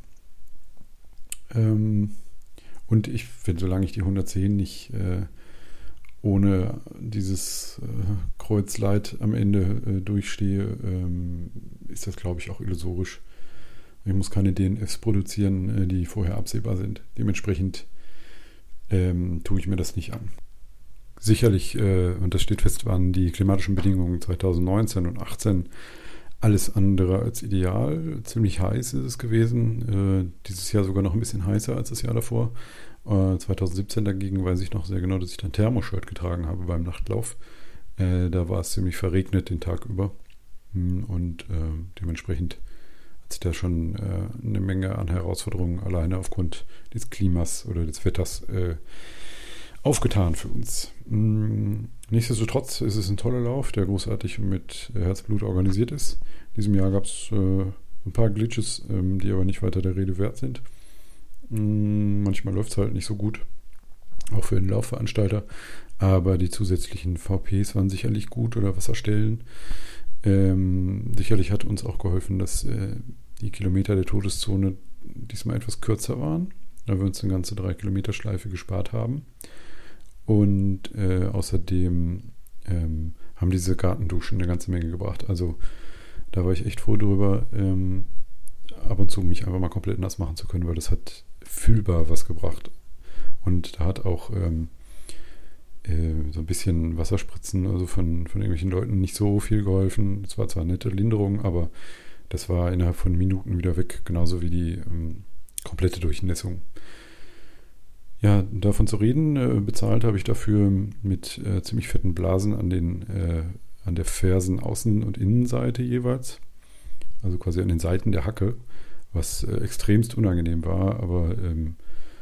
S1: Ähm, und ich finde, solange ich die hundertzehn nicht äh, ohne dieses äh, Kreuzleid am Ende äh, durchstehe, ähm, ist das, glaube ich, auch illusorisch. Ich muss keine D N Fs produzieren, äh, die vorher absehbar sind. Dementsprechend ähm, tue ich mir das nicht an. Sicherlich, äh, und das steht fest, waren die klimatischen Bedingungen zwanzig neunzehn und achtzehn alles andere als ideal. Ziemlich heiß ist es gewesen. Äh, dieses Jahr sogar noch ein bisschen heißer als das Jahr davor. Äh, zwanzig siebzehn dagegen weiß ich noch sehr genau, dass ich ein Thermoshirt getragen habe beim Nachtlauf. Äh, da war es ziemlich verregnet den Tag über. Und äh, dementsprechend hat sich da schon äh, eine Menge an Herausforderungen alleine aufgrund des Klimas oder des Wetters äh, aufgetan für uns. Nichtsdestotrotz ist es ein toller Lauf, der großartig mit Herzblut organisiert ist. In diesem Jahr gab es äh, ein paar Glitches, ähm, die aber nicht weiter der Rede wert sind. Ähm, manchmal läuft es halt nicht so gut, auch für den Laufveranstalter. Aber die zusätzlichen V Ps waren sicherlich gut oder Wasserstellen. Ähm, sicherlich hat uns auch geholfen, dass äh, die Kilometer der Todeszone diesmal etwas kürzer waren, da wir uns eine ganze drei Kilometer Schleife gespart haben. Und äh, außerdem ähm, haben diese Gartenduschen eine ganze Menge gebracht. Also da war ich echt froh drüber, ähm, ab und zu mich einfach mal komplett nass machen zu können, weil das hat fühlbar was gebracht. Und da hat auch ähm, äh, so ein bisschen Wasserspritzen also von, von irgendwelchen Leuten nicht so viel geholfen. Es war zwar eine nette Linderung, aber das war innerhalb von Minuten wieder weg, genauso wie die ähm, komplette Durchnässung. Ja, davon zu reden, äh, bezahlt habe ich dafür mit äh, ziemlich fetten Blasen an den äh, an der Fersen-Außen- und Innenseite jeweils. Also quasi an den Seiten der Hacke, was äh, extremst unangenehm war, aber ähm,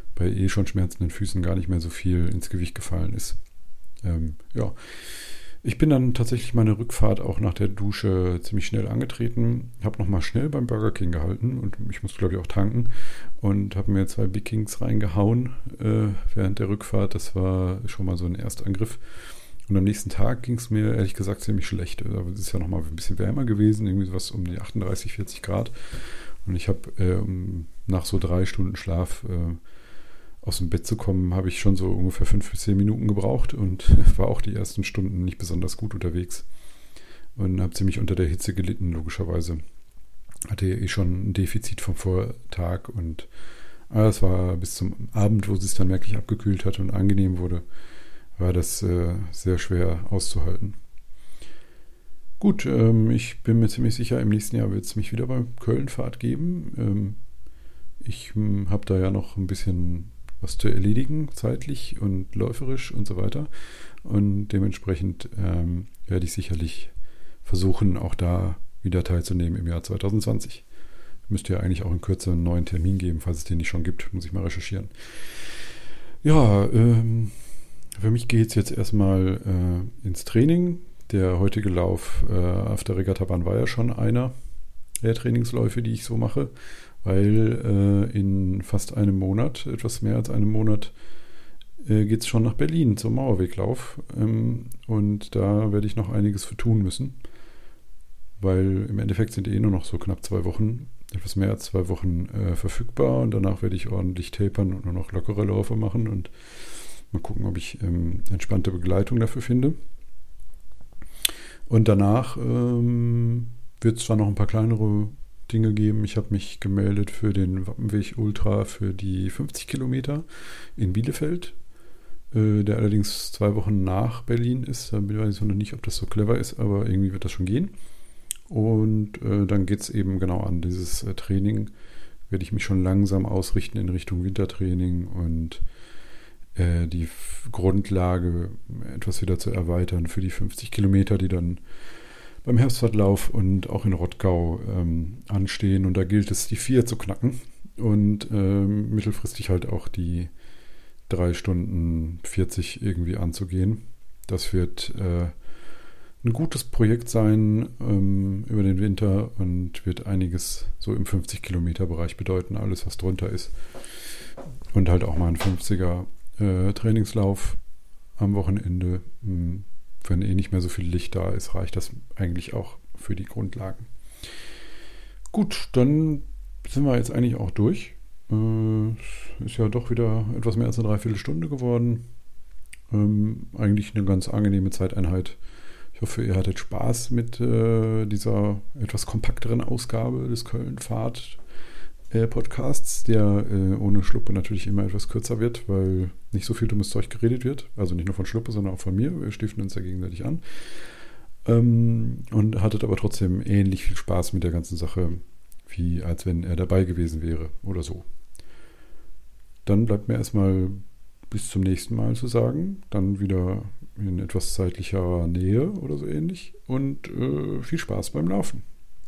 S1: bei eh schon schmerzenden Füßen gar nicht mehr so viel ins Gewicht gefallen ist. Ähm, ja, ich bin dann tatsächlich meine Rückfahrt auch nach der Dusche ziemlich schnell angetreten, habe nochmal schnell beim Burger King gehalten und ich musste, glaube ich, auch tanken und habe mir zwei Big Kings reingehauen äh, während der Rückfahrt. Das war schon mal so ein Erstangriff. Und am nächsten Tag ging es mir ehrlich gesagt ziemlich schlecht. Es ist ja nochmal ein bisschen wärmer gewesen, irgendwie sowas um die achtunddreißig, vierzig Grad. Und ich habe äh, nach so drei Stunden Schlaf äh, aus dem Bett zu kommen, habe ich schon so ungefähr fünf bis zehn Minuten gebraucht und war auch die ersten Stunden nicht besonders gut unterwegs. Und habe ziemlich unter der Hitze gelitten, logischerweise. Hatte ja eh schon ein Defizit vom Vortag und äh, es war bis zum Abend, wo es sich dann merklich abgekühlt hatte und angenehm wurde, war das äh, sehr schwer auszuhalten. Gut, ähm, ich bin mir ziemlich sicher, im nächsten Jahr wird es mich wieder beim Köln-Fahrt geben. Ähm, ich hm, habe da ja noch ein bisschen was zu erledigen, zeitlich und läuferisch und so weiter. Und dementsprechend ähm, werde ich sicherlich versuchen, auch da wieder teilzunehmen im Jahr zwanzig zwanzig. Müsste ja eigentlich auch in Kürze einen neuen Termin geben, falls es den nicht schon gibt, muss ich mal recherchieren. Ja, ähm, für mich geht es jetzt erstmal äh, ins Training. Der heutige Lauf äh, auf der Regattabahn war ja schon einer der Trainingsläufe, die ich so mache, weil äh, in fast einem Monat, etwas mehr als einem Monat, äh, geht es schon nach Berlin zum Mauerweglauf. Ähm, und da werde ich noch einiges für tun müssen, weil im Endeffekt sind eh nur noch so knapp zwei Wochen, etwas mehr als zwei Wochen äh, verfügbar und danach werde ich ordentlich tapern und nur noch lockere Läufe machen und mal gucken, ob ich ähm, entspannte Begleitung dafür finde. Und danach ähm, wird es zwar noch ein paar kleinere Dinge geben. Ich habe mich gemeldet für den Wappenweg Ultra für die fünfzig Kilometer in Bielefeld, äh, der allerdings zwei Wochen nach Berlin ist. Da weiß ich noch nicht, ob das so clever ist, aber irgendwie wird das schon gehen. Und äh, dann geht es eben genau an dieses äh, Training. Werde ich mich schon langsam ausrichten in Richtung Wintertraining und äh, die F- Grundlage etwas wieder zu erweitern für die fünfzig Kilometer, die dann beim Herbstfahrtlauf und auch in Rottgau ähm, anstehen. Und da gilt es, die vier zu knacken und ähm, mittelfristig halt auch die drei Stunden vierzig irgendwie anzugehen. Das wird äh, ein gutes Projekt sein ähm, über den Winter und wird einiges so im fünfzig Kilometer Bereich bedeuten, alles was drunter ist. Und halt auch mal ein fünfziger äh, Trainingslauf am Wochenende. Mh, wenn eh nicht mehr so viel Licht da ist, reicht das eigentlich auch für die Grundlagen. Gut, dann sind wir jetzt eigentlich auch durch. Äh, ist ja doch wieder etwas mehr als eine Dreiviertelstunde geworden. Ähm, eigentlich eine ganz angenehme Zeiteinheit. Ich hoffe, ihr hattet Spaß mit äh, dieser etwas kompakteren Ausgabe des Köln-Fahrt-Podcasts, der äh, ohne Schluppe natürlich immer etwas kürzer wird, weil nicht so viel dummes Zeug geredet wird. Also nicht nur von Schluppe, sondern auch von mir. Wir stiften uns ja gegenseitig an. Ähm, und hattet aber trotzdem ähnlich viel Spaß mit der ganzen Sache, wie als wenn er dabei gewesen wäre oder so. Dann bleibt mir erstmal bis zum nächsten Mal zu sagen. Dann wieder in etwas zeitlicher Nähe oder so ähnlich. Und äh, viel Spaß beim Laufen.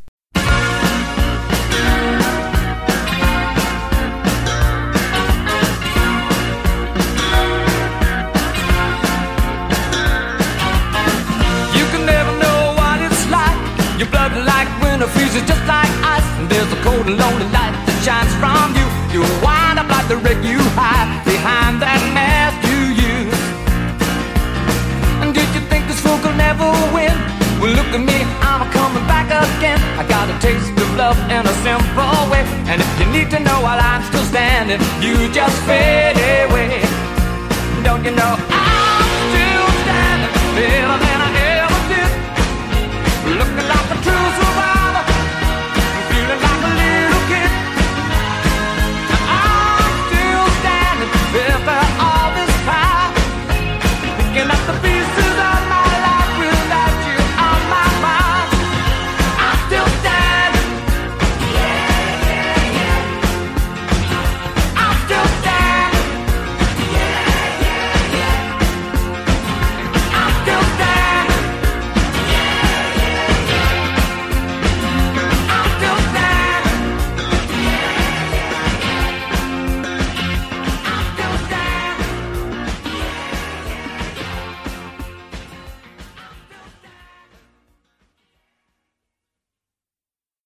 S11: You can never know what it's like. Your blood like winter freezes just like ice. And there's a cold and lonely light that shines from you. You wind up like the wreck you hide behind that mask you use. And did you think this fool could never win? Well, look at me, I'm coming back again. I got a taste of love in a simple way. And if you need to know while I'm still standing, you just fade away. Don't you know I